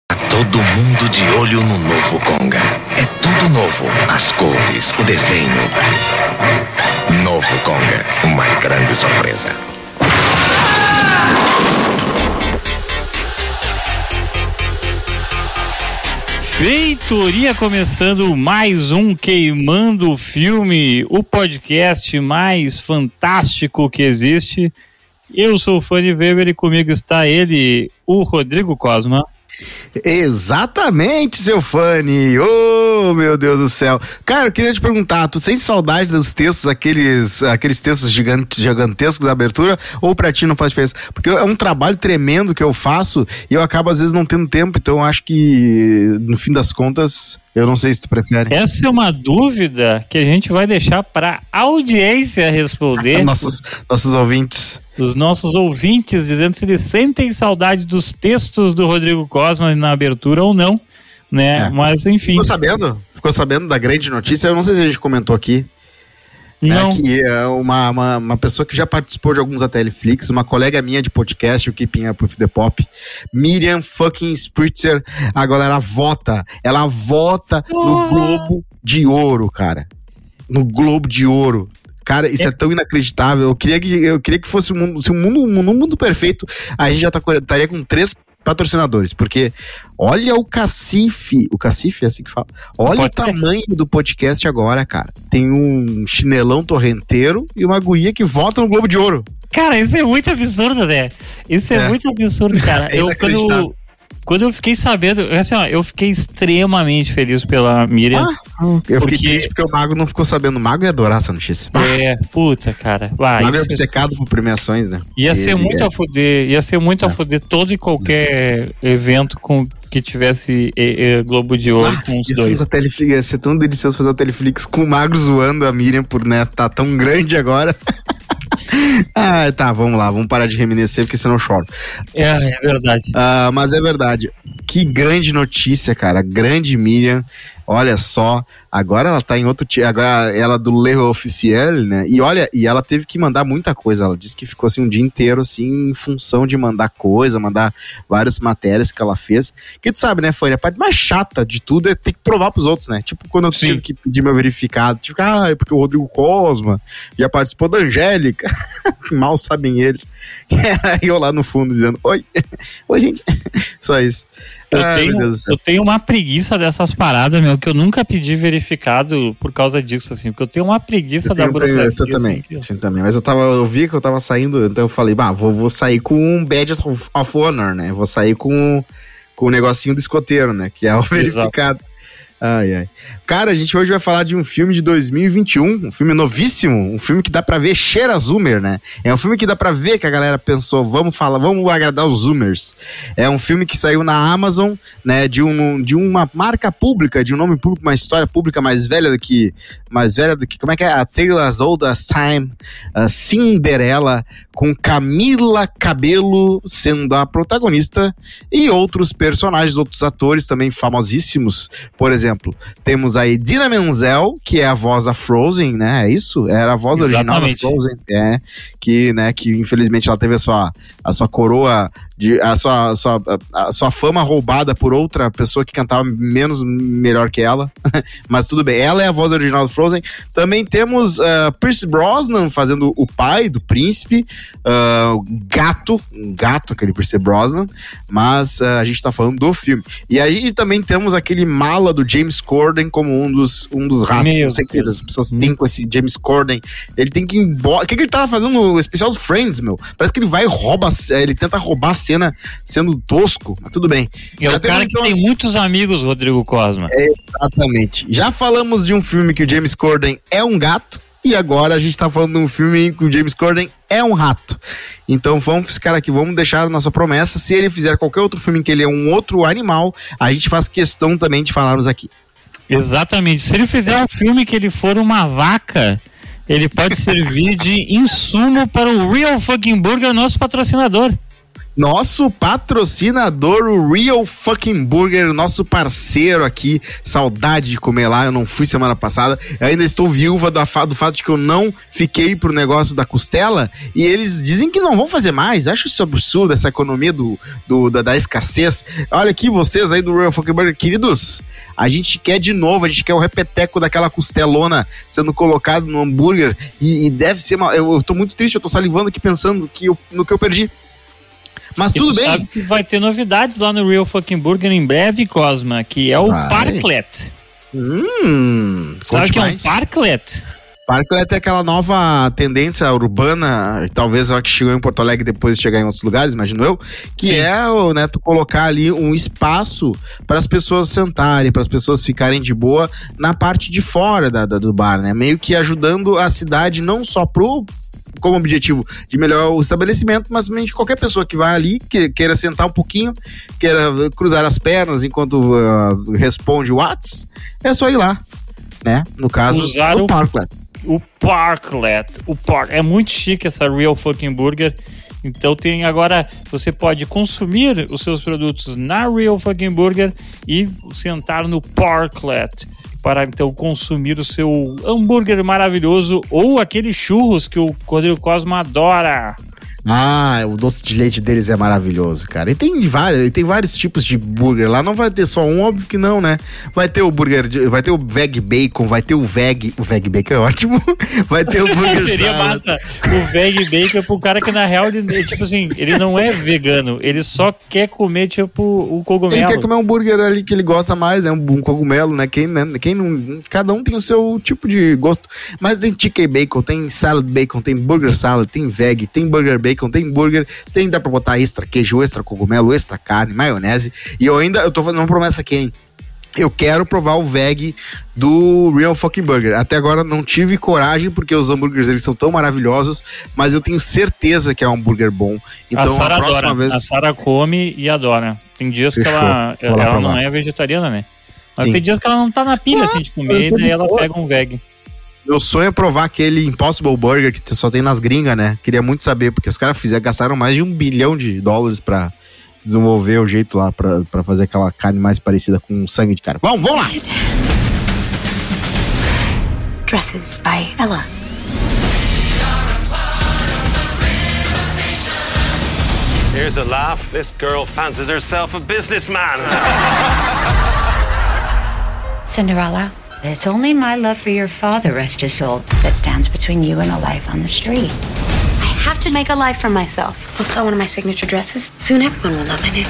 Todo mundo de olho no novo Conga. É tudo novo. As cores, o desenho. Novo Conga, uma grande surpresa. Feitoria começando mais um Queimando o Filme, o podcast mais fantástico que existe. Eu sou o Fanny Weber e comigo está ele, o Rodrigo Cosma. Exatamente, seu Fanny. Oh, meu Deus do céu. Cara, eu queria te perguntar, tu sente saudade dos textos, aqueles textos gigantescos da abertura, ou pra ti não faz diferença? Porque é um trabalho tremendo que eu faço e eu acabo às vezes não tendo tempo, então eu acho que no fim das contas, eu não sei se tu prefere. Essa é uma dúvida que a gente vai deixar pra audiência responder. Nossos ouvintes. Os nossos ouvintes dizendo se eles sentem saudade dos textos do Rodrigo Cosma na abertura ou não, né? Mas enfim. Ficou sabendo da grande notícia? Eu não sei se a gente comentou aqui. Não. Que é uma pessoa que já participou de alguns da Teleflix, uma colega minha de podcast, o Keeping Up with the Pop, Miriam fucking Spritzer, agora ela vota no Globo de Ouro, cara. No Globo de Ouro. Cara, isso é tão inacreditável. Eu queria que fosse um mundo perfeito, a gente já estaria com 3 patrocinadores, porque olha o cacife é assim que fala. Olha o tamanho do podcast agora, cara. Tem um chinelão torrenteiro e uma guria que vota no Globo de Ouro. Cara, isso é muito absurdo, né? Isso é muito absurdo, cara. Quando eu fiquei sabendo, assim, ó, eu fiquei extremamente feliz pela Miriam. Eu fiquei triste porque o Mago não ficou sabendo. O Mago ia adorar essa notícia. Puta, cara. O Mago é obcecado por premiações, né? Ia ser muito a foder todo e qualquer evento que tivesse Globo de Ouro com os dois. Ia ser tão delicioso fazer a Teleflix com o Mago zoando a Miriam por, né, tá tão grande agora. Tá, vamos lá, vamos parar de reminiscer porque senão eu choro. É verdade. Mas é verdade. Que grande notícia, cara. Grande Miriam. Olha só, agora ela tá em outro agora ela do Le Officiel, né? E ela teve que mandar muita coisa. Ela disse que ficou assim um dia inteiro assim em função de mandar mandar várias matérias que ela fez. Que tu sabe, né, Fanny? A parte mais chata de tudo é ter que provar pros outros, né? Tipo quando eu tive que pedir meu verificado, tipo, é porque o Rodrigo Cosma já participou da Angélica. Mal sabem eles. E eu lá no fundo dizendo, oi gente. Só isso. Eu tenho uma preguiça dessas paradas, meu, que eu nunca pedi verificado por causa disso, assim, porque eu tenho uma preguiça da burocracia. Eu também, mas eu vi que eu tava saindo, então eu falei, vou sair com um badge of honor, né? Vou sair com o negocinho do escoteiro, né? Que é o verificado. Ai. Cara, a gente hoje vai falar de um filme de 2021, um filme novíssimo, um filme que dá pra ver cheira Zoomer, né? É um filme que dá pra ver que a galera pensou, vamos agradar os Zoomers. É um filme que saiu na Amazon, né, de uma marca pública, de um nome público, uma história pública mais velha do que, como é que é? A Tale as Old as Time, a Cinderela, com Camila Cabello sendo a protagonista e outros personagens, outros atores também famosíssimos. Por exemplo, temos aí Idina Menzel, que é a voz da Frozen, né? É isso? Era a voz original da Frozen. Que infelizmente ela teve a sua coroa, a sua fama roubada por outra pessoa que cantava melhor que ela. Mas tudo bem, ela é a voz original do Frozen. Também temos Pierce Brosnan fazendo o pai do príncipe, gato, aquele Pierce Brosnan, mas a gente tá falando do filme. E aí também temos aquele mala do James Corden como um dos ratos. Não sei o que as pessoas têm com esse James Corden. Ele tem que ir embora. O que ele tava fazendo no especial do Friends, meu? Parece que ele vai e ele tenta roubar a cena sendo tosco, mas tudo bem. É o cara que tem muitos amigos, Rodrigo Cosma. Exatamente. Já falamos de um filme que o James Corden é um gato, e agora a gente tá falando de um filme que o James Corden é um rato. Então vamos ficar aqui, vamos deixar a nossa promessa. Se ele fizer qualquer outro filme em que ele é um outro animal, a gente faz questão também de falarmos aqui. Exatamente. Se ele fizer um filme que ele for uma vaca, ele pode servir de insumo para o Real Fucking Burger, nosso patrocinador. Nosso patrocinador, o Real Fucking Burger, nosso parceiro aqui. Saudade de comer lá, eu não fui semana passada. Eu ainda estou viúva do fato de que eu não fiquei pro negócio da costela. E eles dizem que não vão fazer mais. Acho isso absurdo, essa economia da escassez. Olha aqui, vocês aí do Real Fucking Burger, queridos. A gente quer de novo, a gente quer o repeteco daquela costelona sendo colocado no hambúrguer. E deve ser eu tô muito triste, eu tô salivando aqui pensando no que eu perdi. Mas tudo bem. Sabe que vai ter novidades lá no Real Fucking Burger em breve, Cosma, que é o Parklet. Sabe o que é um Parklet? Parklet é aquela nova tendência urbana, talvez que chegou em Porto Alegre depois de chegar em outros lugares, imagino eu, que é tu colocar ali um espaço para as pessoas sentarem, para as pessoas ficarem de boa na parte de fora do bar, né? Meio que ajudando a cidade não só como objetivo de melhorar o estabelecimento, mas também de qualquer pessoa que vai ali, que queira sentar um pouquinho, queira cruzar as pernas enquanto responde o WhatsApp, é só ir lá, né? No caso, o Parklet. O Parklet. É muito chique essa Real Fucking Burger. Então você pode consumir os seus produtos na Real Fucking Burger e sentar no Parklet para então consumir o seu hambúrguer maravilhoso ou aquele churros que o Rodrigo Cosma adora. O doce de leite deles é maravilhoso, cara. E tem vários tipos de burger. Lá não vai ter só um, óbvio que não, né? Vai ter o burger, vai ter o veg bacon, vai ter o veg bacon é ótimo. Vai ter o burger Seria massa. O veg bacon é pro cara que na real, tipo assim, ele não é vegano, ele só quer comer tipo o cogumelo. Ele quer comer um burger ali que ele gosta mais, né? Um cogumelo, né? Quem não, cada um tem o seu tipo de gosto. Mas tem chicken bacon, tem salad bacon, tem burger salad, tem veg, tem burger bacon, tem burger, dá pra botar extra queijo, extra cogumelo, extra carne, maionese. E eu tô fazendo uma promessa aqui, hein? Eu quero provar o veg do Real Fucking Burger. Até agora não tive coragem, porque os hambúrgueres eles são tão maravilhosos, mas eu tenho certeza que é um hambúrguer bom. Então a próxima vez... A Sara come e adora. Tem dias que ela não é vegetariana, né? Mas Sim. Tem dias que ela não tá na pilha assim de comer, e daí ela pega um veg. Meu sonho é provar aquele Impossible Burger que só tem nas gringas, né? Queria muito saber, porque os caras gastaram mais de $1 bilhão pra desenvolver o jeito lá, pra fazer aquela carne mais parecida com sangue de cara. Vamos lá! Dresses by Ella. Here's a laugh. This girl fancies herself a businessman. Cinderella. It's only my love for your father, rest his soul, that stands between you and a life on the street. I have to make a life for myself. I'll sell one of my signature dresses. Soon everyone will know my name.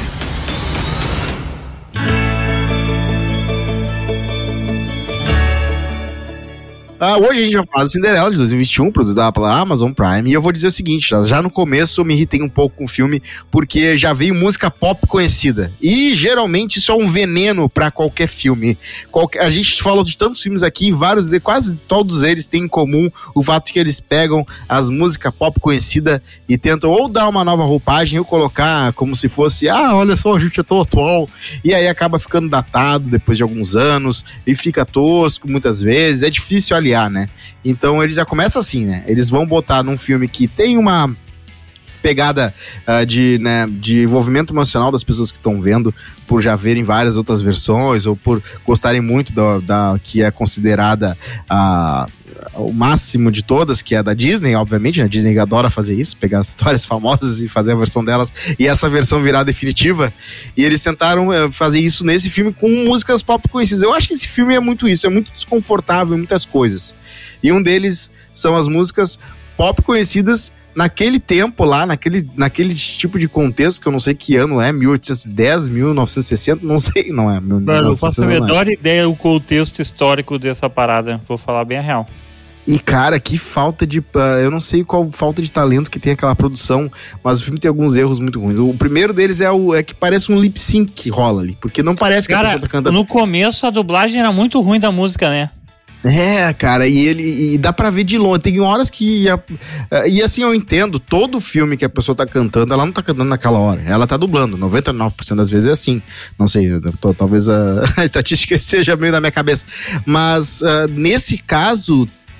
Hoje a gente vai falar da Cinderela de 2021, produzida pela Amazon Prime, e eu vou dizer o seguinte, já no começo eu me irritei um pouco com o filme, porque já veio música pop conhecida, e geralmente isso é um veneno pra qualquer filme. A gente falou de tantos filmes aqui, quase todos eles têm em comum o fato de que eles pegam as músicas pop conhecidas e tentam ou dar uma nova roupagem ou colocar como se fosse, olha só, a gente é tão atual, e aí acaba ficando datado depois de alguns anos, e fica tosco muitas vezes, é difícil aliar, né? Então eles já começam assim, né? Eles vão botar num filme que tem uma pegada de envolvimento emocional das pessoas que estão vendo, por já verem várias outras versões ou por gostarem muito da que é considerada o máximo de todas, que é da Disney, obviamente, né? A Disney adora fazer isso, pegar as histórias famosas e fazer a versão delas e essa versão virar definitiva, e eles tentaram fazer isso nesse filme com músicas pop conhecidas. Eu acho que esse filme é muito isso, é muito desconfortável em muitas coisas, e um deles são as músicas pop conhecidas naquele tempo lá, naquele tipo de contexto, que eu não sei que ano é, 1810, 1960, não sei, não é. Não faço a menor ideia do contexto histórico dessa parada, vou falar bem a real. E cara, que falta de... eu não sei qual falta de talento que tem aquela produção, mas o filme tem alguns erros muito ruins. O primeiro deles é que parece um lip sync que rola ali, porque não parece que a pessoa tá cantando. No começo a dublagem era muito ruim da música, né? Cara, e dá pra ver de longe. Tem horas que... e assim, eu entendo, todo filme que a pessoa tá cantando, ela não tá cantando naquela hora, ela tá dublando, 99% das vezes é assim. Não sei, talvez a estatística seja meio da minha cabeça. Mas, nesse caso,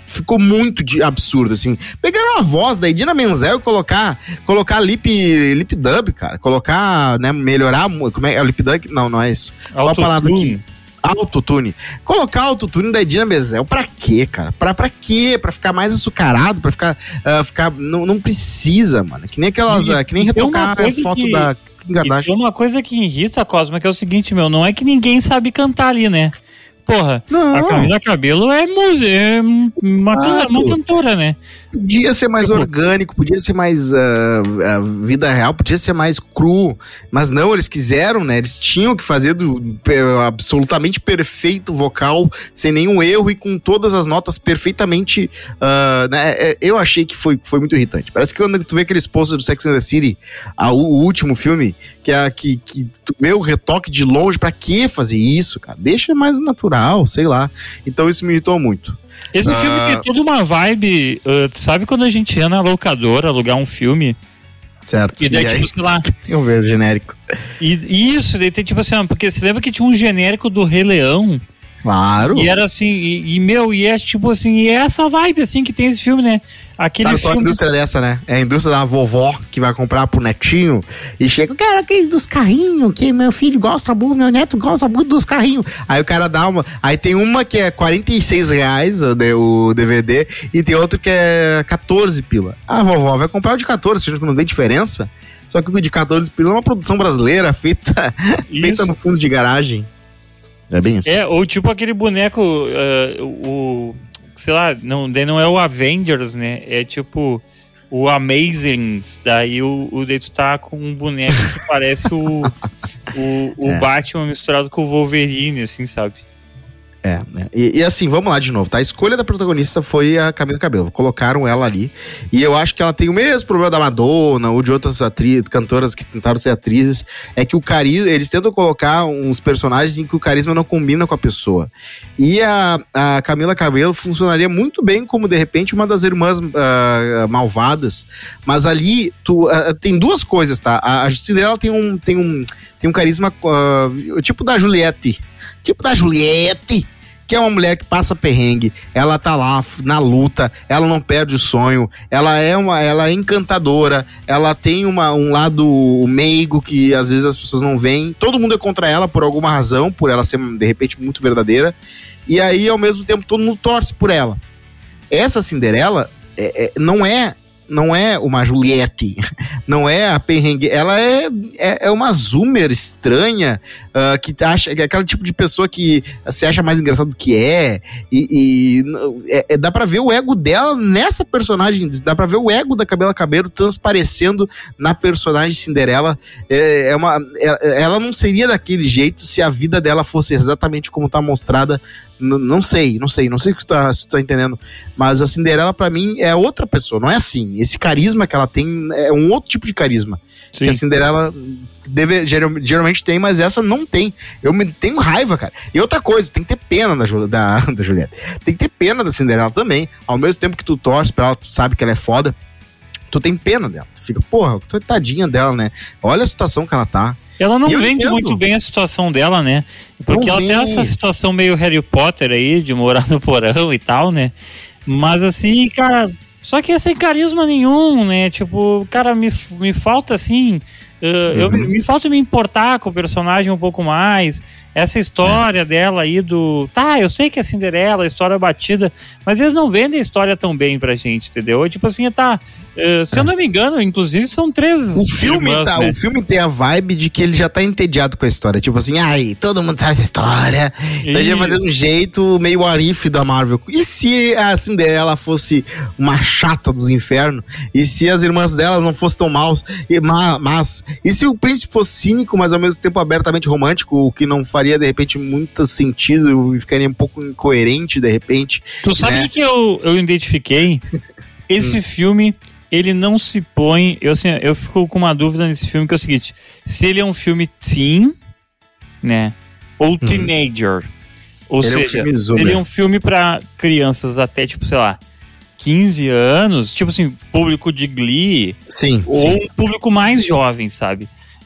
ficou muito absurdo, assim. Pegaram a voz da Idina Menzel e colocar lip dub, cara. Colocar, né, melhorar, como é lip dub? Não é isso. Qual a palavra aqui? Autotune. Colocar autotune da Idina Menzel, pra quê, cara? Pra quê? Pra ficar mais açucarado? Pra ficar... não precisa, mano. Que nem aquelas... que nem retocar a foto da Kim Kardashian. Tem uma coisa que irrita, Cosma, que é o seguinte, não é que ninguém sabe cantar ali, né? Porra, não. A Camila Cabello é música, é uma cantora, né? Podia ser mais orgânico, podia ser mais vida real, podia ser mais cru, mas não, eles quiseram, né? Eles tinham que fazer absolutamente perfeito vocal, sem nenhum erro e com todas as notas perfeitamente, né? Eu achei que foi muito irritante. Parece que quando tu vê aqueles posters do Sex and the City, o último filme, que tu vê o retoque de longe, pra que fazer isso, cara? Deixa mais natural, sei lá. Então isso me irritou muito. Esse filme tem toda uma vibe, sabe quando a gente ia na locadora alugar um filme? Certo. E daí, tipo, sei lá... Eu vejo genérico. E isso, daí tem tipo assim, porque você lembra que tinha um genérico do Rei Leão? Claro. E era assim, e é tipo assim, e é essa vibe assim que tem esse filme, né? Aquele Sabe qual é a indústria dessa, né? É a indústria da vovó que vai comprar pro netinho e chega, eu quero aquele dos carrinhos, que meu filho gosta muito, meu neto gosta muito dos carrinhos. Aí o cara dá uma... Aí tem uma que é R$46 o DVD e tem outro que é 14 pila. A vovó vai comprar o de 14, sendo que não tem diferença. Só que o de 14 pila é uma produção brasileira feita no fundo de garagem. É bem isso. Ou tipo aquele boneco, sei lá, não é o Avengers, né? É tipo o Amazings. Daí daí tu tá com um boneco que parece o Batman misturado com o Wolverine, assim, sabe? E assim, vamos lá de novo, tá? A escolha da protagonista foi a Camila Cabello. Colocaram ela ali. E eu acho que ela tem o mesmo problema da Madonna ou de outras cantoras que tentaram ser atrizes. É que o carisma... Eles tentam colocar uns personagens em que o carisma não combina com a pessoa. E a Camila Cabello funcionaria muito bem como, de repente, uma das irmãs malvadas. Mas ali, tem duas coisas, tá? A Cinderela tem um carisma tipo da Juliette. Que é uma mulher que passa perrengue, ela tá lá na luta, ela não perde o sonho, ela é encantadora, ela tem um lado meigo que às vezes as pessoas não veem, todo mundo é contra ela por alguma razão, por ela ser de repente muito verdadeira, e aí ao mesmo tempo todo mundo torce por ela. Essa Cinderela não é uma Juliette, não é a perrengue, ela é uma zoomer estranha, que acha, que é aquele tipo de pessoa que se acha mais engraçado do que dá pra ver o ego dela nessa personagem, dá pra ver o ego da Camila Cabello transparecendo na personagem Cinderela. Ela não seria daquele jeito se a vida dela fosse exatamente como tá mostrada. Não sei o que se tu tá entendendo, mas a Cinderela pra mim é outra pessoa, não é assim. Esse carisma que ela tem é um outro tipo de carisma. Sim. Que a Cinderela geralmente tem, mas essa não tem. Eu tenho raiva, cara. E outra coisa, tem que ter pena da Juliette. Tem que ter pena da Cinderela também. Ao mesmo tempo que tu torce pra ela, tu sabe que ela é foda, tu tem pena dela. Tu fica, porra, tadinha dela, né? Olha a situação que ela tá. Ela não vende muito bem a situação dela, né? Porque ela tem essa situação meio Harry Potter aí, de morar no porão e tal, né? Mas assim, cara... Só que é sem carisma nenhum, né? Tipo, cara, me falta assim... me falta me importar com o personagem um pouco mais. Essa história dela aí Tá, eu sei que é Cinderela, a história batida, mas eles não vendem a história tão bem pra gente, entendeu? Tipo assim, se eu não me engano, inclusive são 3 o filme irmãs, né? O filme tem a vibe de que ele já tá entediado com a história. Tipo assim, todo mundo sabe essa história. Então a gente vai fazer um jeito meio arife da Marvel. E se a Cinderela fosse uma chata dos infernos? E se as irmãs delas não fossem tão maus? E se o príncipe fosse cínico, mas ao mesmo tempo abertamente romântico, o que não faria de repente muito sentido e ficaria um pouco incoerente de repente. Tu sabe o que eu identifiquei? Esse filme, ele não se põe... Eu fico com uma dúvida nesse filme, que é o seguinte: se ele é um filme teen, né? Ou teenager. Ou ele seja, se ele é um filme pra crianças até, tipo, sei lá, 15 anos, tipo assim, público de Glee. Sim. Ou um público mais jovem, sabe?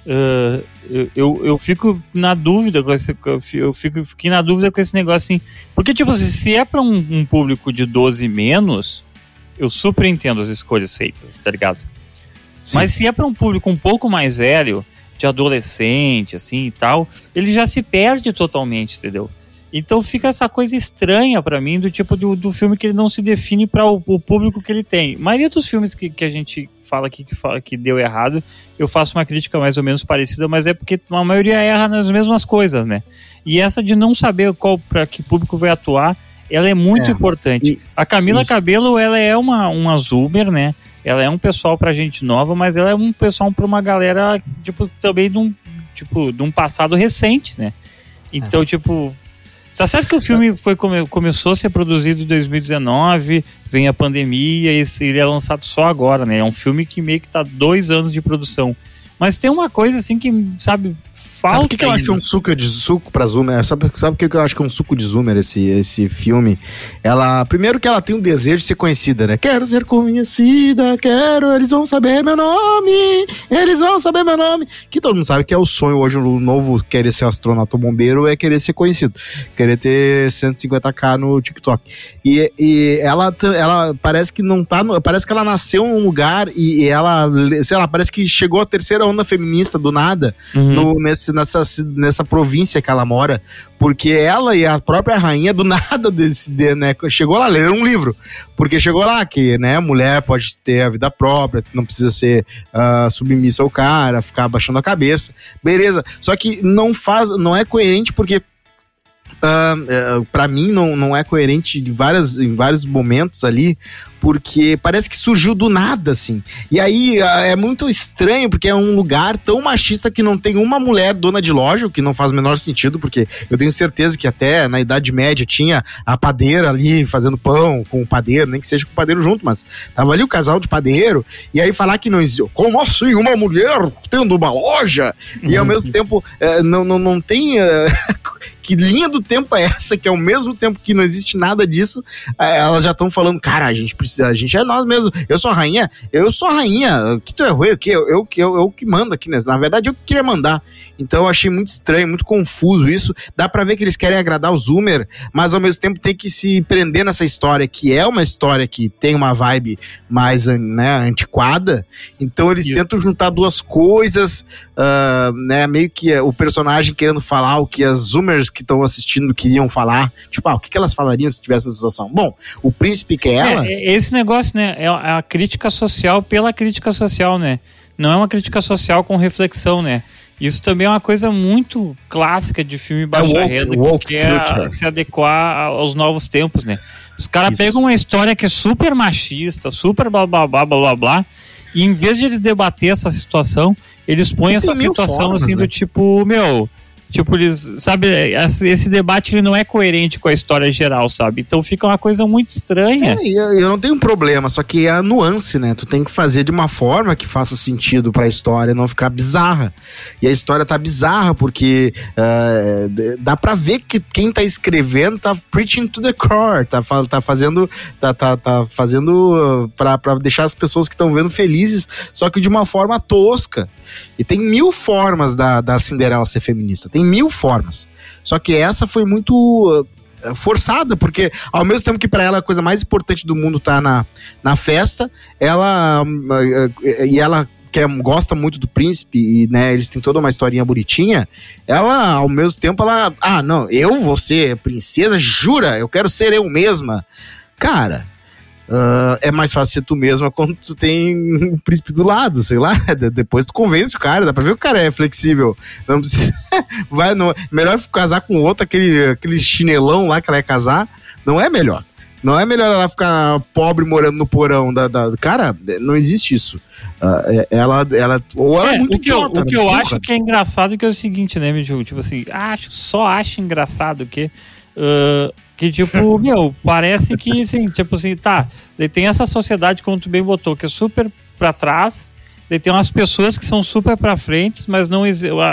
Eu fico na dúvida com esse, fiquei na dúvida com esse negócio assim, porque tipo, se é pra um público de 12 menos, eu super entendo as escolhas feitas, tá ligado? Sim. Mas se é pra um público um pouco mais velho, de adolescente, assim e tal, ele já se perde totalmente, entendeu? Então fica essa coisa estranha pra mim, do tipo do filme que ele não se define para o público que ele tem. A maioria dos filmes que a gente fala aqui que deu errado, eu faço uma crítica mais ou menos parecida, mas é porque a maioria erra nas mesmas coisas, né? E essa de não saber para que público vai atuar, ela é muito importante. A Camila Cabello, ela é uma zoomer, né? Ela é um pessoal pra gente nova, mas ela é um pessoal pra uma galera, tipo, também de um passado recente, né? Então, tipo... Tá certo que o filme começou a ser produzido em 2019, vem a pandemia e ele é lançado só agora, né? É um filme que meio que tá 2 anos de produção. Mas tem uma coisa assim que, sabe, falta. Sabe o que eu acho que é um suco pra zoomer? Sabe o que eu acho que é um suco de zoomer esse filme? Primeiro que ela tem um desejo de ser conhecida, né? Quero ser conhecida, eles vão saber meu nome, que todo mundo sabe que é o sonho hoje, o novo querer ser astronauta ou bombeiro é querer ser conhecido, querer ter 150k no TikTok. E ela parece que não tá, parece que ela nasceu num lugar e ela, sei lá, parece que chegou a terceira onda feminista do nada, nessa província que ela mora, porque ela e a própria rainha do nada né, chegou lá, leram um livro, porque chegou lá que, né, mulher pode ter a vida própria, não precisa ser submissa ao cara, ficar abaixando a cabeça, beleza, só que não é coerente porque pra mim não é coerente em vários momentos ali, porque parece que surgiu do nada, assim. E aí é muito estranho, porque é um lugar tão machista que não tem uma mulher dona de loja, o que não faz o menor sentido, porque eu tenho certeza que até na Idade Média tinha a padeira ali fazendo pão com o padeiro, nem que seja com o padeiro junto, mas tava ali o casal de padeiro, e aí falar que não existe, como assim, uma mulher tendo uma loja? E ao mesmo tempo não tem... que linha do tempo é essa, que ao mesmo tempo que não existe nada disso, elas já estão falando, cara, a gente é nós mesmo, eu sou a rainha, que tu é ruim, eu que mando aqui, né? Na verdade eu que queria mandar. Então eu achei muito estranho, muito confuso isso. Dá pra ver que eles querem agradar o zoomer, mas ao mesmo tempo tem que se prender nessa história, que é uma história que tem uma vibe mais, né, antiquada. Então eles tentam juntar duas coisas, né, meio que o personagem querendo falar o que as zoomers que estão assistindo queriam falar, tipo, o que elas falariam se tivesse essa situação? Bom, o príncipe que é ela... Esse negócio, né, é a crítica social pela crítica social, né, não é uma crítica social com reflexão, né, isso também é uma coisa muito clássica de filme baixa renda, que quer se adequar aos novos tempos, né, os caras pegam uma história que é super machista, super blá blá blá blá blá blá, e em vez de eles debater essa situação, eles põem essa situação formas, assim, né? Do tipo, tipo, eles, sabe, esse debate ele não é coerente com a história geral, sabe? Então fica uma coisa muito estranha. Eu não tenho problema, só que é a nuance, né? Tu tem que fazer de uma forma que faça sentido pra história, não ficar bizarra. E a história tá bizarra porque dá pra ver que quem tá escrevendo tá preaching to the core, tá fazendo pra deixar as pessoas que estão vendo felizes, só que de uma forma tosca. E tem 1000 formas da Cinderela ser feminista, tem 1000 formas. Só que essa foi muito forçada, porque ao mesmo tempo que pra ela a coisa mais importante do mundo tá na festa, ela gosta muito do príncipe e, né, eles têm toda uma historinha bonitinha, ela, ao mesmo tempo, não, eu vou ser princesa, jura? Eu quero ser eu mesma. Cara... é mais fácil ser tu mesma quando tu tem um príncipe do lado, sei lá. Depois tu convence o cara, dá pra ver que o cara é flexível. Não precisa. Melhor casar com outro, aquele chinelão lá que ela ia casar. Não é melhor. Não é melhor ela ficar pobre morando no porão Cara, não existe isso. Ela é muito idiota. O que eu acho que é engraçado que é o seguinte, né, meu? Tipo assim, acho engraçado que tipo, parece que, assim, tipo assim, tá, daí tem essa sociedade, como tu bem botou, que é super pra trás, daí tem umas pessoas que são super pra frente, mas não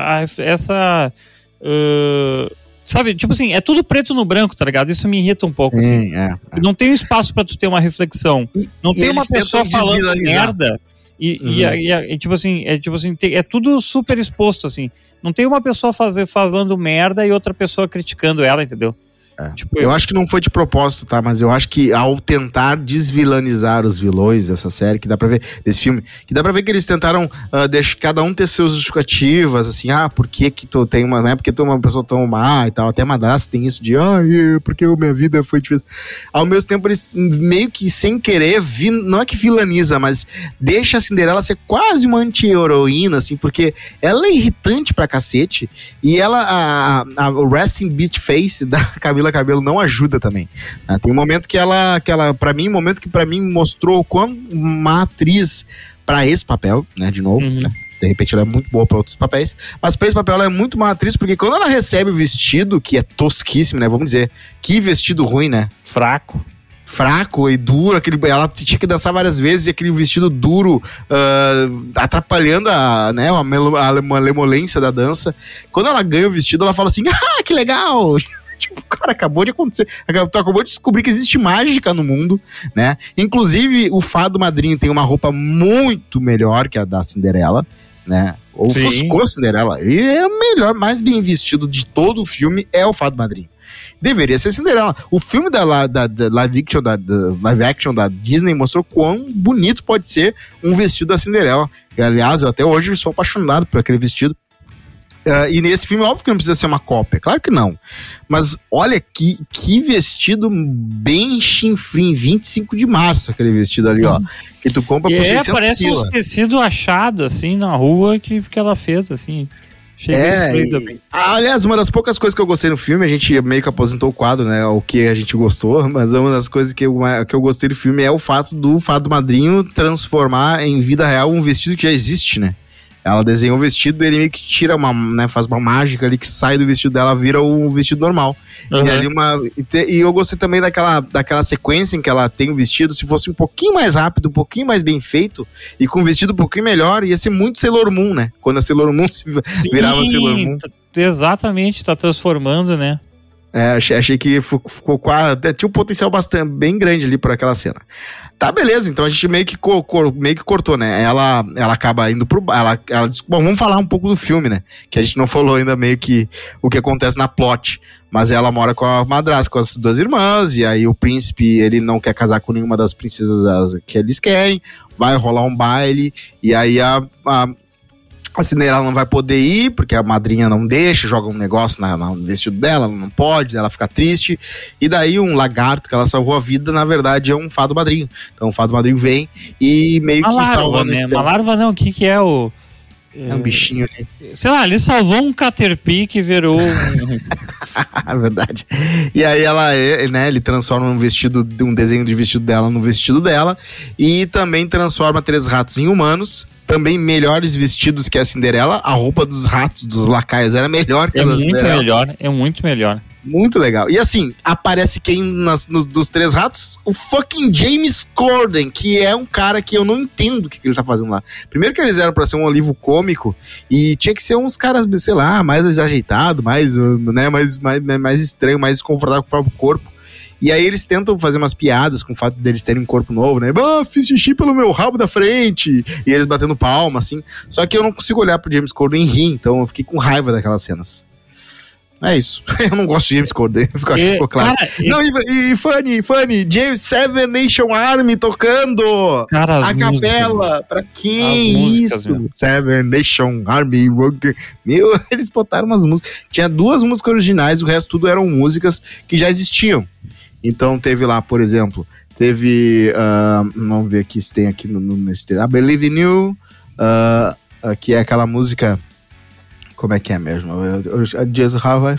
sabe, tipo assim, é tudo preto no branco, tá ligado? Isso me irrita um pouco, assim. Não tem espaço pra tu ter uma reflexão. Não tem uma pessoa falando merda E tipo assim, é tudo super exposto, assim. Não tem uma pessoa falando merda e outra pessoa criticando ela, entendeu? Tipo, eu acho que não foi de propósito, tá? Mas eu acho que ao tentar desvilanizar os vilões dessa série, que dá pra ver, desse filme, que dá pra ver que eles tentaram deixar cada um ter seus justificativas, assim, por que tu tem uma, né? Porque tu é uma pessoa tão má e tal, até madrasta tem isso de, porque a minha vida foi difícil. Ao mesmo tempo, eles meio que sem querer, não é que vilaniza, mas deixa a Cinderela ser quase uma anti-heroína, assim, porque ela é irritante pra cacete, e ela, o resting bitch face da Camila Cabello não ajuda também. Tem um momento que ela pra mim, mostrou quão uma atriz pra esse papel, né, de novo, né? De repente ela é muito boa pra outros papéis, mas pra esse papel ela é muito uma atriz, porque quando ela recebe o vestido, que é tosquíssimo, né, vamos dizer, que vestido ruim, né? Fraco e duro, ela tinha que dançar várias vezes e aquele vestido duro atrapalhando a malemolência da dança. Quando ela ganha o vestido, ela fala assim, que legal! Tipo, cara, acabou de acontecer. Tu acabou de descobrir que existe mágica no mundo, né? Inclusive, o Fado Madrinho tem uma roupa muito melhor que a da Cinderela, né? Ofuscou a Cinderela. E é o melhor, mais bem vestido de todo o filme é o Fado Madrinho. Deveria ser Cinderela. O filme da live action da Disney mostrou quão bonito pode ser um vestido da Cinderela. E, aliás, eu até hoje sou apaixonado por aquele vestido. E nesse filme, óbvio que não precisa ser uma cópia, claro que não. Mas olha que vestido bem chinfrim, 25 de março, aquele vestido ali, ó. Que tu compra por 600 parece pila. Um tecido achado, assim, na rua que ela fez, assim. Aliás, uma das poucas coisas que eu gostei no filme, a gente meio que aposentou o quadro, né? O que a gente gostou, mas uma das coisas que eu gostei do filme é o fato do Fado Madrinho transformar em vida real um vestido que já existe, né? Ela desenhou o vestido, ele meio que tira faz uma mágica ali que sai do vestido dela, vira o vestido normal. E ali e eu gostei também daquela sequência em que ela tem o vestido, se fosse um pouquinho mais rápido, um pouquinho mais bem feito, e com o vestido um pouquinho melhor, ia ser muito Sailor Moon, né? Quando a Sailor Moon virava Sailor Moon. Exatamente, tá transformando, né? Achei que ficou tinha um potencial bem grande ali por aquela cena. Tá, beleza, então a gente meio que cortou, né? Ela acaba indo ela diz, bom, vamos falar um pouco do filme, né? Que a gente não falou ainda meio que o que acontece na plot. Mas ela mora com a madrasta, com as duas irmãs, e aí o príncipe, ele não quer casar com nenhuma das princesas que eles querem, vai rolar um baile, e aí a Cinderela não vai poder ir, porque a madrinha não deixa, joga um negócio no vestido dela, ela não pode, ela fica triste. E daí um lagarto que ela salvou a vida, na verdade, é um Fado Madrinho. Então o Fado Madrinho vem e meio que salva... Né? Uma larva não, o que é o... É um bichinho ali. Sei lá, ele salvou um Caterpie que virou... É verdade. E aí ele transforma um desenho de vestido dela no vestido dela, e também transforma 3 ratos em humanos, também melhores vestidos que a Cinderela. A roupa dos ratos, dos lacaios, era melhor que a da Cinderela. É muito melhor. Muito legal. E assim, aparece quem dos 3 ratos? O fucking James Corden, que é um cara que eu não entendo o que ele tá fazendo lá. Primeiro que eles eram pra ser um alívio cômico, e tinha que ser uns caras, sei lá, mais ajeitado, mais estranho, mais desconfortável com o próprio corpo. E aí eles tentam fazer umas piadas com o fato deles terem um corpo novo, né? Fiz xixi pelo meu rabo da frente. E eles batendo palma, assim. Só que eu não consigo olhar pro James Corden e rir, então eu fiquei com raiva daquelas cenas. É isso. Eu não gosto de James Corden. Acho que ficou claro. Não, e Funny, James Seven Nation Army tocando a capela. Pra que isso? Músicas, Seven Nation Army. Meu, eles botaram umas músicas. Tinha 2 músicas originais, o resto tudo eram músicas que já existiam. Então teve lá, por exemplo, vamos ver aqui se tem aqui nesse I Believe in You, que é aquela música, como é que é mesmo? Just how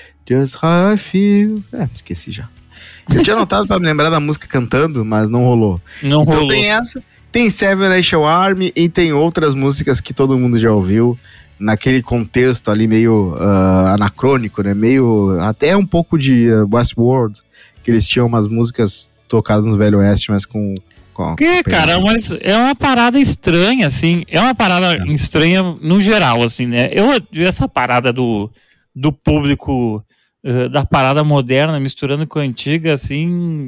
I feel. Esqueci já. Eu tinha anotado pra me lembrar da música cantando, mas não rolou. Então tem essa, tem Seven Nation Army e tem outras músicas que todo mundo já ouviu, naquele contexto ali meio anacrônico, né? Meio, até um pouco de Westworld, que eles tinham umas músicas tocadas no Velho Oeste, mas com cara, mas é uma parada estranha, assim. É uma parada estranha no geral, assim, né? Essa parada do público, da parada moderna misturando com a antiga, assim,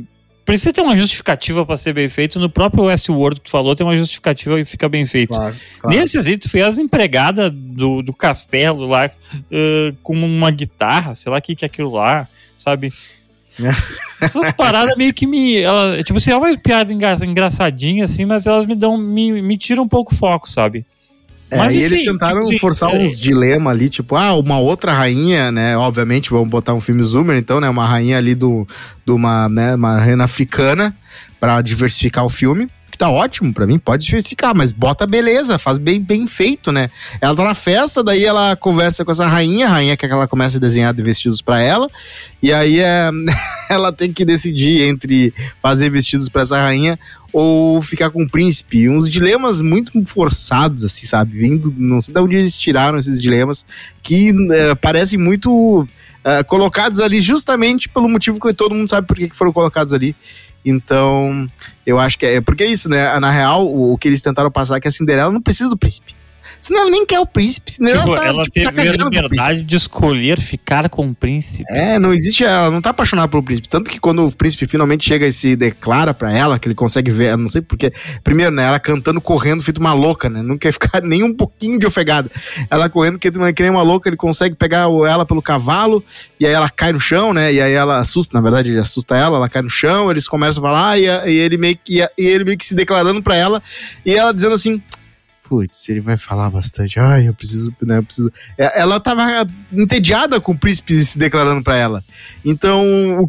precisa ter uma justificativa pra ser bem feito. No próprio Westworld que tu falou, tem uma justificativa e fica bem feito. Claro. Nesse assim, tu fez as empregadas do castelo lá com uma guitarra, sei lá o que é aquilo lá, sabe? Essas paradas meio que tipo assim, é uma piada engraçadinha assim, mas elas me tiram um pouco o foco, sabe? Mas, e eles tentaram forçar uns dilemas ali, tipo, uma outra rainha, né? Obviamente, vamos botar um filme Zoomer, então, né? Uma rainha ali de uma rainha africana pra diversificar o filme. Que tá ótimo pra mim, pode diversificar, mas bota beleza, faz bem feito, né? Ela tá na festa, daí ela conversa com essa rainha, a rainha quer que ela comece a desenhar vestidos pra ela, e aí ela tem que decidir entre fazer vestidos pra essa rainha ou ficar com o príncipe. Uns dilemas muito forçados, assim, sabe? Vindo, não sei de onde eles tiraram esses dilemas, que parecem muito colocados ali justamente pelo motivo que todo mundo sabe por que foram colocados ali. Então, eu acho que porque é isso, né? Na real, o que eles tentaram passar é que a Cinderela não precisa do príncipe. Senão ela nem quer o príncipe. Ela teve a liberdade de escolher ficar com o príncipe. Não existe, ela não tá apaixonada pelo príncipe. Tanto que quando o príncipe finalmente chega e se declara pra ela, que ele consegue ver, não sei porquê. Primeiro, né, ela cantando, correndo, feito uma louca, né? Não quer ficar nem um pouquinho de ofegada. Ela correndo, que nem uma louca, ele consegue pegar ela pelo cavalo, e aí ela cai no chão, né? E aí ela assusta, na verdade, ele assusta ela cai no chão, eles começam a falar, e ele meio que se declarando pra ela, e ela dizendo assim: putz, ele vai falar bastante. Eu preciso, né? Ela tava entediada com o príncipe se declarando pra ela. Então,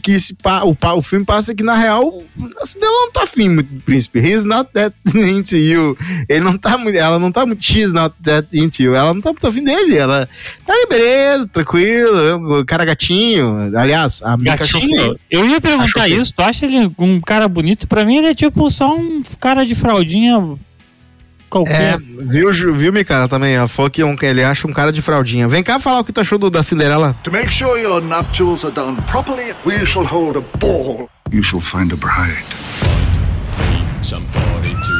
o filme passa é que, na real, ela não tá afim muito do príncipe. He's not that into you. Ela não tá muito. She's not that into you. Ela não tá muito afim dele. Ela tá ali, beleza, tranquilo. Cara gatinho. Aliás, a minha gatinho? Eu ia perguntar isso. Tu acha ele um cara bonito? Pra mim, ele é tipo só um cara de fraldinha. Qualquer. Viu, Mika, também? Ela falou que ele acha um cara de fraldinha. Vem cá falar o que tu achou da Cinderela. To make sure your nuptials are done properly, we shall hold a ball. You shall find a bride. Somebody to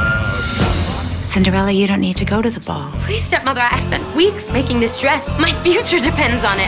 love. Cinderella, you don't need to go to the ball. Please, stepmother, I spent weeks making this dress. My future depends on it.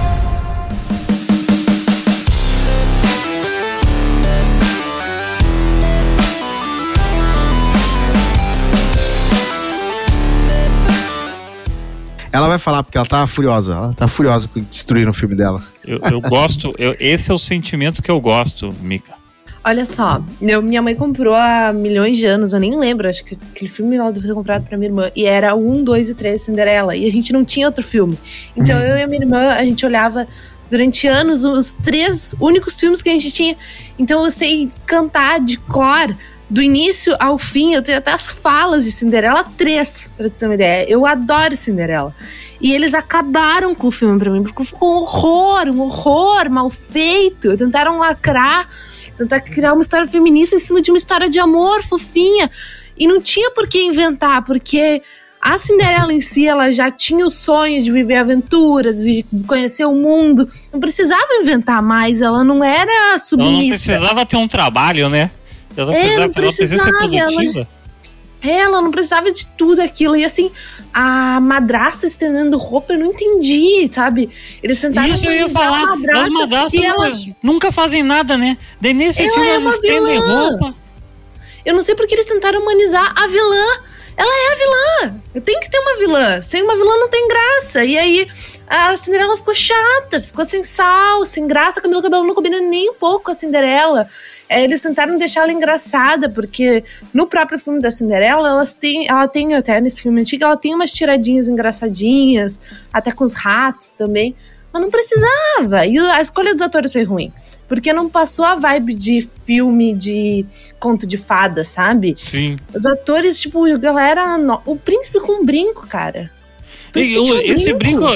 Ela vai falar porque ela tá furiosa. Ela tá furiosa com destruir o filme dela. Eu gosto. Esse é o sentimento que eu gosto, Mika. Olha só, minha mãe comprou há milhões de anos, eu nem lembro, acho que aquele filme ela deve ter comprado pra minha irmã, e era 1, 2 e 3 Cinderela, e a gente não tinha outro filme. Então eu e a minha irmã, a gente olhava durante anos os 3 únicos filmes que a gente tinha. Então eu sei cantar de cor do início ao fim, eu tenho até as falas de Cinderela 3, pra ter uma ideia. Eu adoro Cinderela. E eles acabaram com o filme pra mim, porque ficou um horror mal feito. Tentaram lacrar, tentar criar uma história feminista em cima de uma história de amor fofinha. E não tinha por que inventar, porque a Cinderela em si, ela já tinha o sonho de viver aventuras, de conhecer o mundo. Não precisava inventar mais, ela não era submissa. Ela não precisava ter um trabalho, né? Ela precisava ser produtiva. Ela não precisava de tudo aquilo. E assim, a madrasta estendendo roupa, eu não entendi, sabe? Eles tentaram. Isso eu ia falar. As madrastas nunca fazem nada, né? Daí nesse filme elas estendem roupa. Eu não sei porque eles tentaram humanizar a vilã. Ela é a vilã. Tem que ter uma vilã. Sem uma vilã não tem graça. E aí a Cinderela ficou chata, ficou sem sal, sem graça. A Camila Cabello não combina nem um pouco com a Cinderela. Eles tentaram deixar ela engraçada, porque no próprio filme da Cinderela, ela tem até nesse filme antigo, ela tem umas tiradinhas engraçadinhas, até com os ratos também, mas não precisava. E a escolha dos atores foi ruim, porque não passou a vibe de filme de conto de fada, sabe? Sim. Os atores, tipo, galera, o príncipe com um brinco, cara. Esse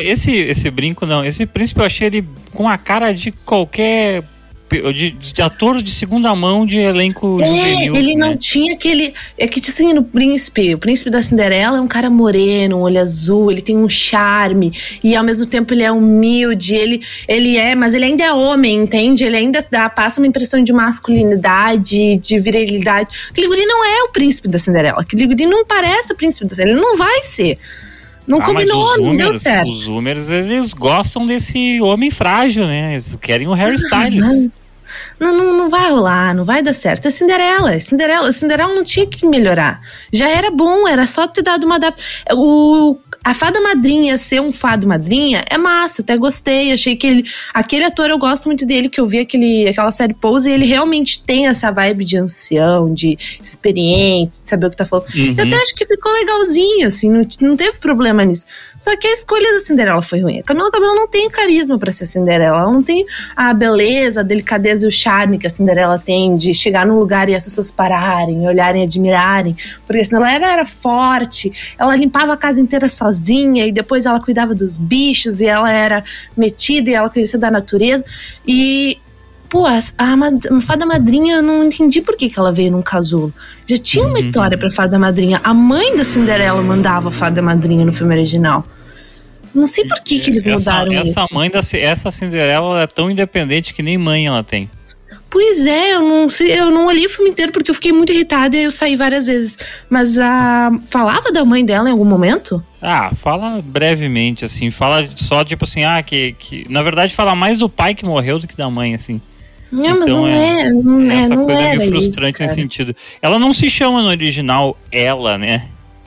príncipe eu achei ele com a cara de qualquer de ator de segunda mão de elenco juvenil. Ele não tinha aquele. É que assim, o príncipe da Cinderela é um cara moreno, um olho azul, ele tem um charme, e ao mesmo tempo ele é humilde, mas ele ainda é homem, entende? Ele ainda passa uma impressão de masculinidade, de virilidade. Aquele guri não é o príncipe da Cinderela, aquele guri não parece o príncipe da Cinderela, ele não vai ser. Não combinou, não deu certo. Os Zoomers, eles gostam desse homem frágil, né? Eles querem o Harry Styles. Não vai rolar, não vai dar certo. É Cinderela. Cinderela não tinha que melhorar. Já era bom, era só ter dado uma adaptação. A Fada Madrinha ser um Fado Madrinha é massa, até gostei. Achei que aquele ator, eu gosto muito dele, que eu vi aquela série Pose, e ele realmente tem essa vibe de ancião, de experiente, de saber o que tá falando. Eu até acho que ficou legalzinho, assim, não teve problema nisso. Só que a escolha da Cinderela foi ruim. A Camila Cabello não tem carisma pra ser Cinderela, ela não tem a beleza, a delicadeza e o charme que a Cinderela tem de chegar num lugar e as pessoas pararem, olharem, admirarem, porque senão ela era forte, ela limpava a casa inteira sozinha, e depois ela cuidava dos bichos, e ela era metida, e ela conhecia da natureza, e pô, a Fada Madrinha, eu não entendi por que ela veio num casulo. Já tinha uma história pra Fada Madrinha, a mãe da Cinderela mandava a Fada Madrinha no filme original. Não sei por que eles mudaram isso. Essa Cinderela é tão independente que nem mãe ela tem. Pois é, eu não olhei o filme inteiro porque eu fiquei muito irritada e eu saí várias vezes. Mas falava da mãe dela em algum momento? Fala brevemente, assim. Fala só, tipo assim, que na verdade fala mais do pai que morreu do que da mãe, assim. Mas então, essa coisa era meio frustrante isso, nesse sentido. Ela não se chama no original ela, né?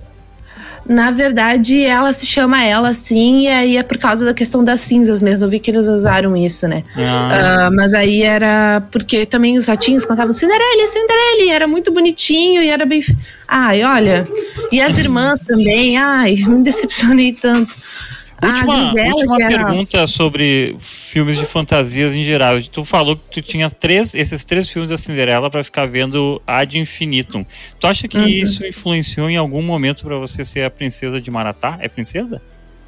Na verdade, ela se chama ela, sim, e aí é por causa da questão das cinzas mesmo. Eu vi que eles usaram isso, né? Mas aí era porque também os ratinhos cantavam Cinderela, Cinderela, e era muito bonitinho, e era bem... olha, e as irmãs também, me decepcionei tanto. Última pergunta sobre filmes de fantasias em geral. Tu falou que tu tinha esses 3 filmes da Cinderela pra ficar vendo ad infinitum. Tu acha que isso influenciou em algum momento pra você ser a princesa de Maratá? É princesa?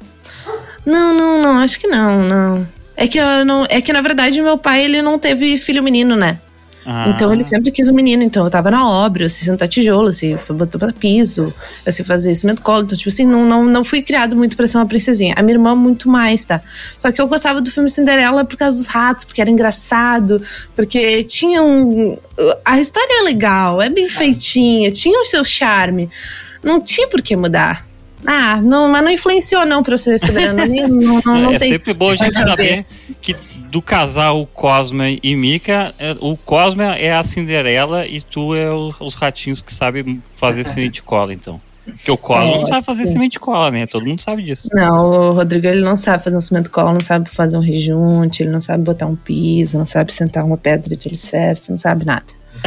Não, acho que não. É que na verdade meu pai, ele não teve filho menino, né? Então ele sempre quis um menino. Então eu tava na obra, eu sei sentar tijolo, eu sei botar para piso, eu sei fazer cimento colo. Então tipo assim, não fui criado muito pra ser uma princesinha. A minha irmã muito mais, tá? Só que eu gostava do filme Cinderela por causa dos ratos, porque era engraçado, porque tinha a história é legal, é bem feitinha, tinha o seu charme. Não tinha por que mudar. Mas não influenciou não pra você Cinderela. Não é tem sempre bom a gente saber que do casal Cosma e Mica, o Cosma é a Cinderela e tu é os ratinhos que sabem fazer semente de cola, então. Porque o Cosma não sabe fazer semente de cola, né? Todo mundo sabe disso. Não, o Rodrigo, ele não sabe fazer um cimento de cola, não sabe fazer um rejunte, ele não sabe botar um piso, não sabe sentar uma pedra de alicerce, não sabe nada.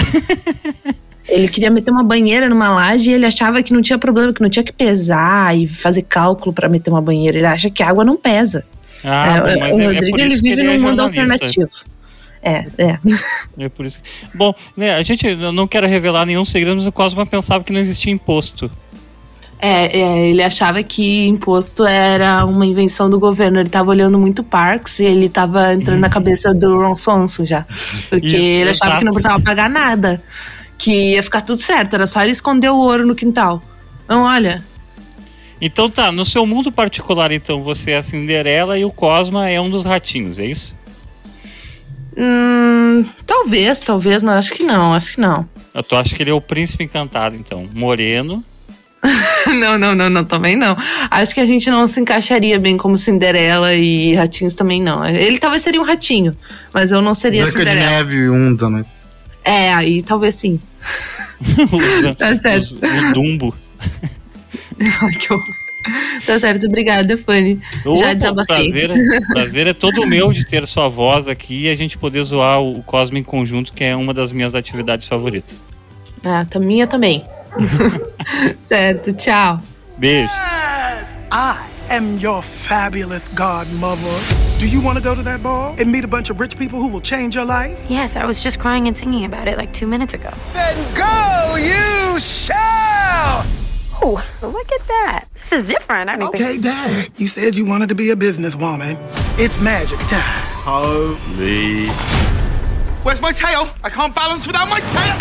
Ele queria meter uma banheira numa laje e ele achava que não tinha problema, que não tinha que pesar e fazer cálculo pra meter uma banheira. Ele acha que a água não pesa. Mas o Rodrigo, ele vive num mundo alternativo. É por isso. Bom, né, eu não quero revelar nenhum segredo, mas o Cosma pensava que não existia imposto. Ele achava que imposto era uma invenção do governo. Ele tava olhando muito Parks e ele tava entrando na cabeça do Ron Swanson já. Porque ele achava que não precisava pagar nada, que ia ficar tudo certo, era só ele esconder o ouro no quintal. Então, olha... Então tá, no seu mundo particular, então, você é a Cinderela e o Cosma é um dos ratinhos, é isso? Talvez, mas acho que não. Tu acha que ele é o príncipe encantado, então, moreno? Não, também não. Acho que a gente não se encaixaria bem como Cinderela e ratinhos também não. Ele talvez seria um ratinho, mas eu não seria Branca Cinderela. de Neve, um dos anões. Aí talvez sim. Tá certo. O Dumbo. Ai, que horror. Tá certo, obrigada, Fanny. Já desabafei. Prazer é todo meu de ter sua voz aqui e a gente poder zoar o Cosma em conjunto, que é uma das minhas atividades favoritas. Minha também. Certo, tchau. Beijo. I am your fabulous godmother. Do you want to go to that ball and meet a bunch of rich people who will change your life? Yes, I was just crying and singing about it like 2 minutes ago. Then go, you shall! Oh, look at that. This is different. Okay, Dad. You said you wanted to be a businesswoman. It's magic time. Holy. Where's my tail? I can't balance without my tail.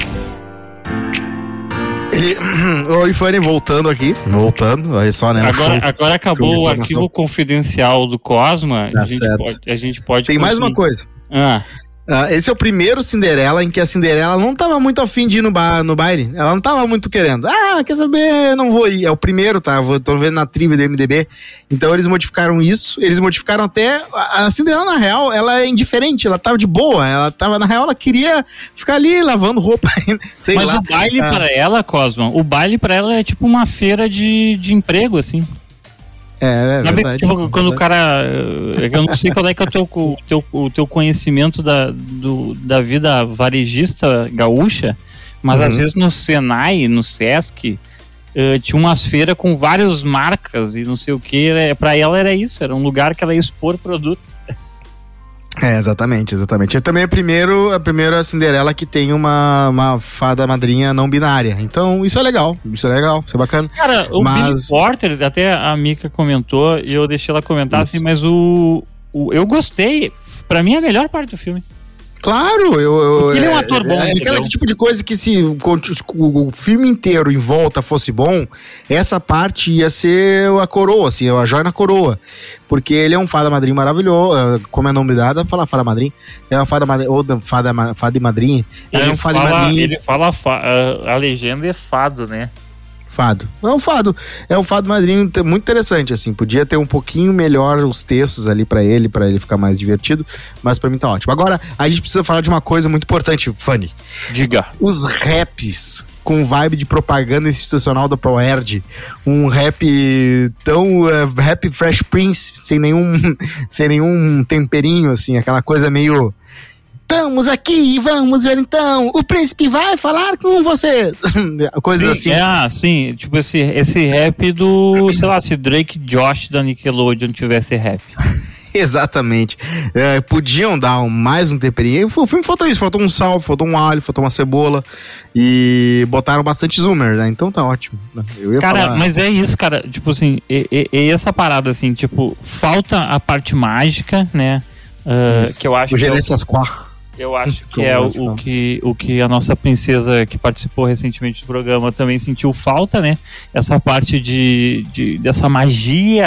Oi, Fanny, voltando, olha só, né? Agora acabou o arquivo confidencial do Cosma. Tá a gente pode Tem mais uma coisa. Esse é o primeiro Cinderela em que a Cinderela não tava muito afim de ir no baile. Ela não tava muito querendo. Quer saber? Não vou ir. É o primeiro, tá? Tô vendo na trivia do MDB. Então eles modificaram isso. Eles modificaram até... A Cinderela, na real, ela é indiferente. Ela tava de boa. Ela tava, na real, ela queria ficar ali lavando roupa. Sei Mas lá. o baile pra ela, Cosma, o baile pra ela é tipo uma feira de emprego, assim. Sabe, verdade. tipo, quando o cara... Eu não sei qual é que é o teu conhecimento da vida varejista gaúcha, mas às vezes no Senai, no Sesc, tinha umas feiras com várias marcas e não sei o que. Pra ela era isso, era um lugar que ela ia expor produtos. Exatamente. E também a primeira Cinderela que tem uma fada madrinha não binária. Então, isso é legal, isso é bacana. Cara, o Billy Porter, até a Mika comentou, e eu deixei ela comentar assim, mas eu gostei. Pra mim é a melhor parte do filme. Claro, ele é um ator bom. É aquele tipo de coisa que se o filme inteiro em volta fosse bom, essa parte ia ser a coroa, assim, a joia na coroa. Porque ele é um fada madrinha maravilhoso. Como é o nome dada? Fala fada madrinha. É uma fada madrinha, ou fada e madrinha. Ele é um fada madrinha. Ele fala a legenda é fado, né? Fado. É um fado madrinho muito interessante, assim. Podia ter um pouquinho melhor os textos ali pra ele ficar mais divertido, mas pra mim tá ótimo. Agora, a gente precisa falar de uma coisa muito importante, Fanny. Diga. Os raps com vibe de propaganda institucional da ProErd. Um rap rap Fresh Prince, sem nenhum temperinho, assim, aquela coisa meio... Estamos aqui, vamos ver então. O príncipe vai falar com vocês. Coisas assim. Sim, tipo esse rap do, sei lá, se Drake Josh da Nickelodeon tivesse rap. Exatamente. Podiam dar mais um temperinho. O filme faltou isso, faltou um sal, faltou um alho, faltou uma cebola. E botaram bastante zoomer, né? Então tá ótimo. Eu ia falar... mas é isso, cara. Tipo assim, essa parada assim, tipo, falta a parte mágica, né? Que eu acho eu acho que é o que a nossa princesa que participou recentemente do programa também sentiu falta, né? Essa parte dessa magia,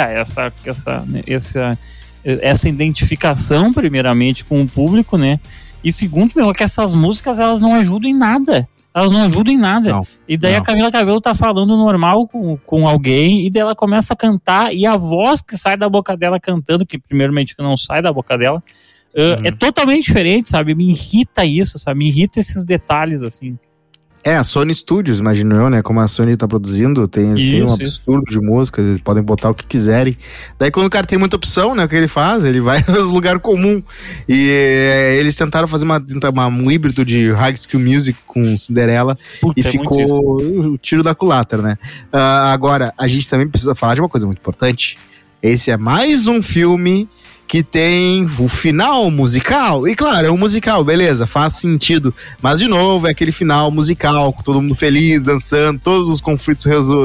essa identificação, primeiramente, com o público, né? E segundo, que essas músicas, elas não ajudam em nada. Não. E daí a Camila Cabello tá falando normal com alguém, e daí ela começa a cantar, e a voz que sai da boca dela cantando, que primeiramente não sai da boca dela, é totalmente diferente, sabe? Me irrita isso, sabe? Me irrita esses detalhes, assim. A Sony Studios, imagino eu, né? Como a Sony tá produzindo, eles têm um absurdo de músicas, eles podem botar o que quiserem. Daí quando o cara tem muita opção, né? O que ele faz? Ele vai aos lugares comuns. E eles tentaram fazer um híbrido de High School Music com Cinderela. E ficou o tiro da culatra, né? Agora, a gente também precisa falar de uma coisa muito importante. Esse é mais um filme que tem o final musical, e claro, é um musical, beleza, faz sentido, mas de novo, é aquele final musical, com todo mundo feliz, dançando, todos os conflitos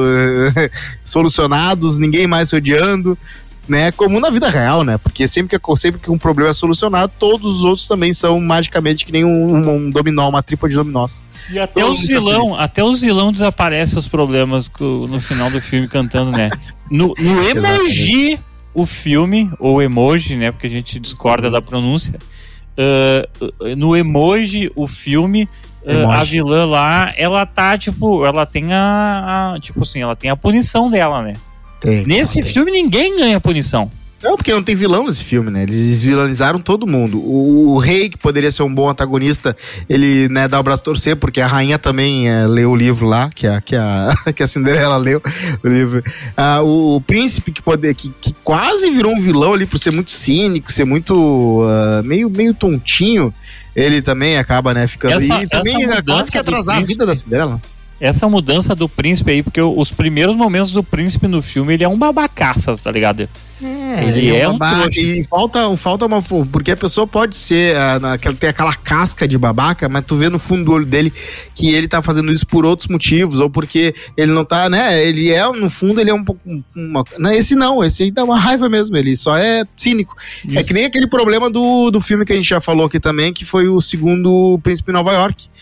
solucionados, ninguém mais se odiando, né, como na vida real, né, porque sempre que um problema é solucionado, todos os outros também são magicamente que nem um dominó, uma tripa de dominós. E até os vilão desaparecem os problemas no final do filme cantando, né, no emoji... O filme, ou emoji, né? Porque a gente discorda da pronúncia. No emoji, o filme, a vilã lá, ela tá, tipo, ela tem ela tem a punição dela, né? Nesse filme, ninguém ganha punição. Não, porque não tem vilão nesse filme, né? Eles vilanizaram todo mundo. O rei, que poderia ser um bom antagonista, ele, né, dá o braço a torcer, porque a rainha também leu o livro lá, que a Cinderela leu o livro. O príncipe, que quase virou um vilão ali, por ser muito cínico, ser muito meio tontinho, ele também acaba, né, ficando... E também quase que atrasar a vida da Cinderela. Essa mudança do príncipe aí, porque os primeiros momentos do príncipe no filme, ele é um babacaça, tá ligado? Ele é um trouxa. E falta uma... Porque a pessoa pode ser... ter aquela casca de babaca, mas tu vê no fundo do olho dele que ele tá fazendo isso por outros motivos, ou porque ele não tá, né? Ele é, no fundo, ele é um pouco... Esse aí dá uma raiva mesmo, ele só é cínico. Isso. É que nem aquele problema do filme que a gente já falou aqui também, que foi o segundo Príncipe em Nova York.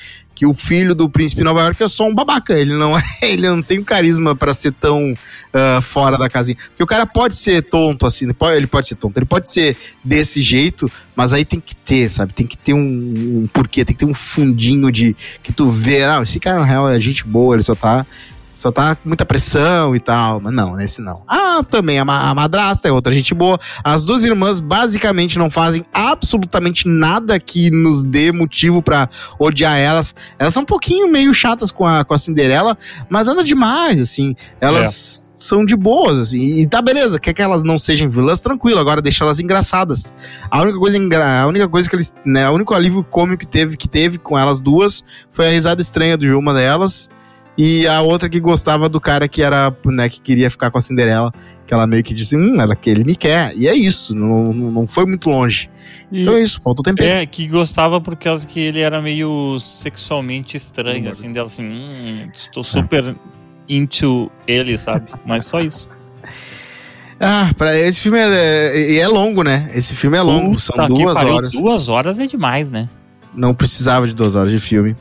que o filho do príncipe de Nova York é só um babaca. Ele não tem carisma pra ser tão fora da casinha. Porque o cara pode ser tonto, assim, ele pode ser tonto, ele pode ser desse jeito, mas aí tem que ter, sabe? Tem que ter um porquê, tem que ter um fundinho de que tu vê, esse cara na real é gente boa, ele só tá com muita pressão e tal, mas não, esse não. Também a madrasta é outra gente boa. As duas irmãs basicamente não fazem absolutamente nada que nos dê motivo pra odiar elas. Elas são um pouquinho meio chatas com a Cinderela, mas nada demais, assim. Elas são de boas, assim. E tá, beleza, quer que elas não sejam vilãs, tranquilo, agora deixa elas engraçadas. A única coisa que eles, né, o único alívio cômico que teve com elas duas foi a risada estranha de uma delas. E a outra que gostava do cara que era, né, que queria ficar com a Cinderela, que ela meio que disse, ele me quer. E é isso, não foi muito longe. Então é isso, faltou tempo. Que gostava por causa que ele era meio sexualmente estranho, assim, dela assim, estou super into ele, sabe? Mas só isso. Esse filme é longo, né? Esse filme é longo, são 2 horas. 2 horas é demais, né? Não precisava de 2 horas de filme.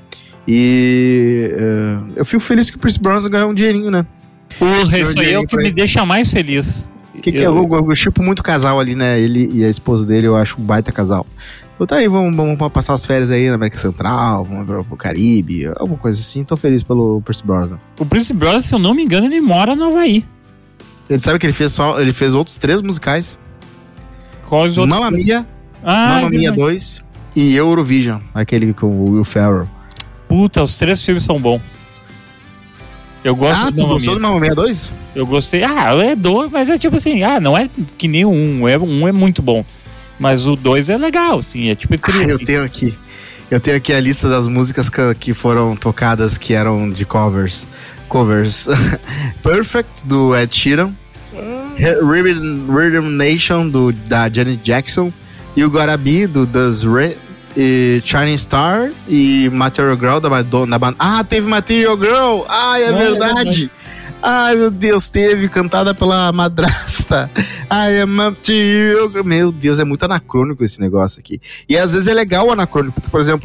E eu fico feliz que o Pierce Brosnan ganhou um dinheirinho, né? Isso aí é o que me deixa mais feliz. Eu chipo muito casal ali, né? Ele e a esposa dele, eu acho um baita casal. Então tá aí, vamos passar as férias aí na América Central, vamos pro Caribe, alguma coisa assim. Tô feliz pelo Pierce Brosnan. O Pierce Brosnan, se eu não me engano, ele mora no Havaí. Ele sabe que ele fez outros 3 musicais. Quais outros? Mamma Mia, Mamma Mia 2 e Eurovision, aquele com o Will Ferrell. Puta, os 3 filmes são bons. Eu gosto tu gostou do Mamma Mia 2? Eu gostei. É 2, mas é tipo assim, não é que nem o 1. Um é muito bom. Mas o 2 é legal, assim, é tipo triste. Eu tenho aqui a lista das músicas que foram tocadas, que eram de covers. Perfect, do Ed Sheeran. Rhythm Nation, da Janet Jackson. You Gotta Be, do Does Re. E Shining Star e Material Girl da banda. Teve Material Girl! É verdade! Ai, meu Deus, teve, cantada pela madrasta. I am up to you. Meu Deus, é muito anacrônico esse negócio aqui. E às vezes é legal o anacrônico, porque, por exemplo,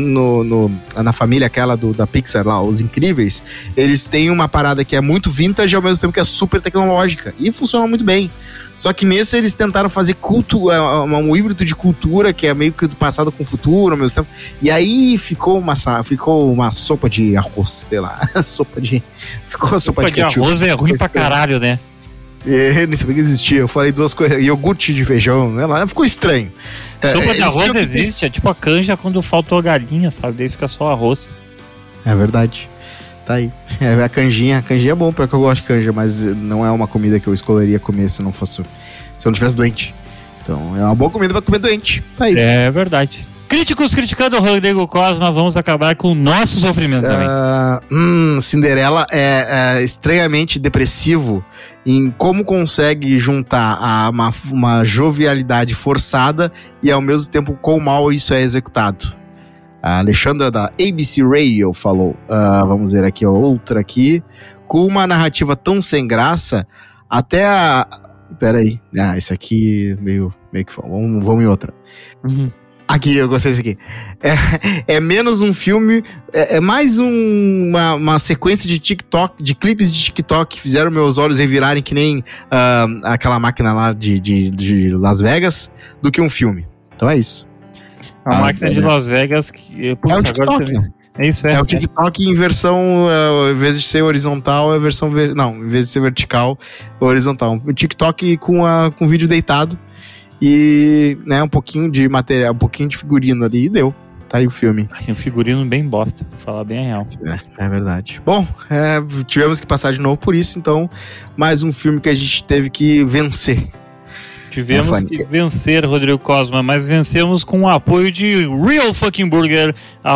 na família aquela da Pixar lá, Os Incríveis, eles têm uma parada que é muito vintage ao mesmo tempo que é super tecnológica. E funciona muito bem. Só que nesse eles tentaram fazer um híbrido de cultura que é meio que do passado com o futuro ao mesmo tempo. E aí ficou uma sopa de arroz, sei lá. Ficou a sopa de ketchup. Arroz é ruim pra caralho, né? Nem sabia que existia. Eu falei 2 coisas. Iogurte de feijão, né? Ficou estranho. Sopa de arroz existe. É tipo a canja quando faltou a galinha, sabe? Daí fica só arroz. É verdade. Tá aí. A canjinha é bom, porque eu gosto de canja, mas não é uma comida que eu escolheria comer se eu não estivesse doente. Então é uma boa comida pra comer doente. Tá aí. É verdade. Críticos criticando o Rodrigo Cosma, vamos acabar com o nosso sofrimento também. Cinderela é estranhamente depressivo em como consegue juntar uma jovialidade forçada e ao mesmo tempo quão mal isso é executado. A Alexandra da ABC Radio falou, vamos ver aqui, outra aqui, com uma narrativa tão sem graça, até peraí, esse aqui meio que vamos em outra. Aqui, eu gostei desse aqui. É menos um filme, é mais uma sequência de TikTok, de clipes de TikTok que fizeram meus olhos revirarem que nem aquela máquina lá de Las Vegas, do que um filme. Então é isso. A máquina de Las Vegas que... Putz, é o TikTok. É isso, é o TikTok em versão, em vez de ser horizontal, é versão... Não, em vez de ser vertical, horizontal. O TikTok com vídeo deitado e, né, um pouquinho de material, um pouquinho de figurino ali e deu. Tá aí o filme. Um figurino bem bosta, pra falar bem a real. É verdade. Bom, tivemos que passar de novo por isso, então, mais um filme que a gente teve que vencer. Tivemos que vencer, Rodrigo Cosma, mas vencemos com o apoio de Real Fucking Burger,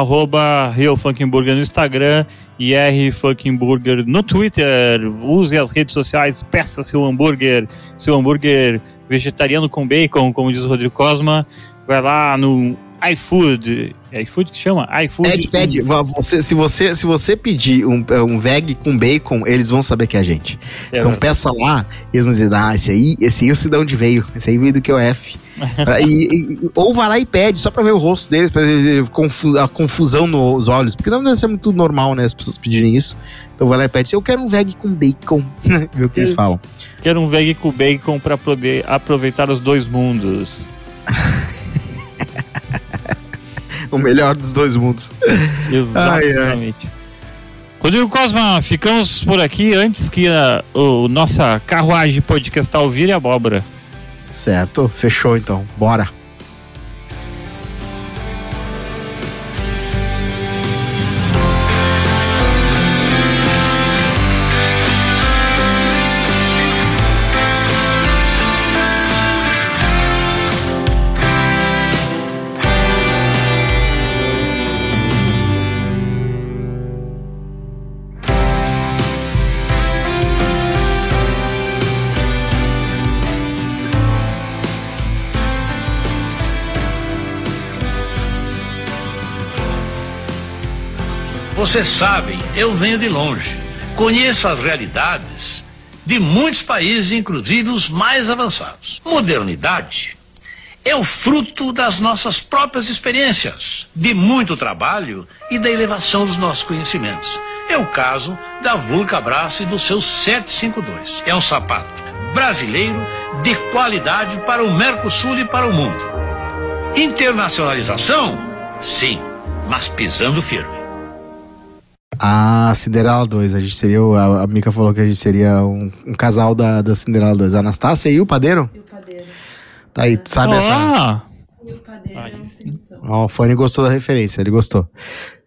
@Real Fucking Burger no Instagram e Fucking Burger no Twitter. Use as redes sociais, peça seu hambúrguer vegetariano com bacon, como diz o Rodrigo Cosma. Vai lá no iFood. É iFood que chama? iFood. Pede. Se você pedir um veg com bacon, eles vão saber que é a gente. Então peça lá, eles vão dizer, esse aí eu sei de onde veio. Esse aí veio do QF. Ou vai lá e pede, só pra ver o rosto deles, pra ver a confusão nos olhos. Porque não deve ser muito normal, né, as pessoas pedirem isso. Então vai lá e pede, eu quero um veg com bacon. Ver o que eles falam. Quero um veg com bacon pra poder aproveitar os dois mundos. O melhor dos dois mundos. Exatamente. Rodrigo Cosma, ficamos por aqui antes que a nossa carruagem podcastal vire abóbora. Certo, fechou então, bora. Vocês sabem, eu venho de longe. Conheço as realidades de muitos países, inclusive os mais avançados. Modernidade é o fruto das nossas próprias experiências, de muito trabalho e da elevação dos nossos conhecimentos. É o caso da Vulcabras e do seu 752. É um sapato brasileiro de qualidade para o Mercosul e para o mundo. Internacionalização? Sim, mas pisando firme. Cinderela 2, a gente seria, a Mica falou que a gente seria um casal da Cinderela 2, a Anastácia e o Padeiro? E o Padeiro. Tá aí, tu sabe essa... E o Padeiro é uma sensação. O Fanny gostou da referência, ele gostou.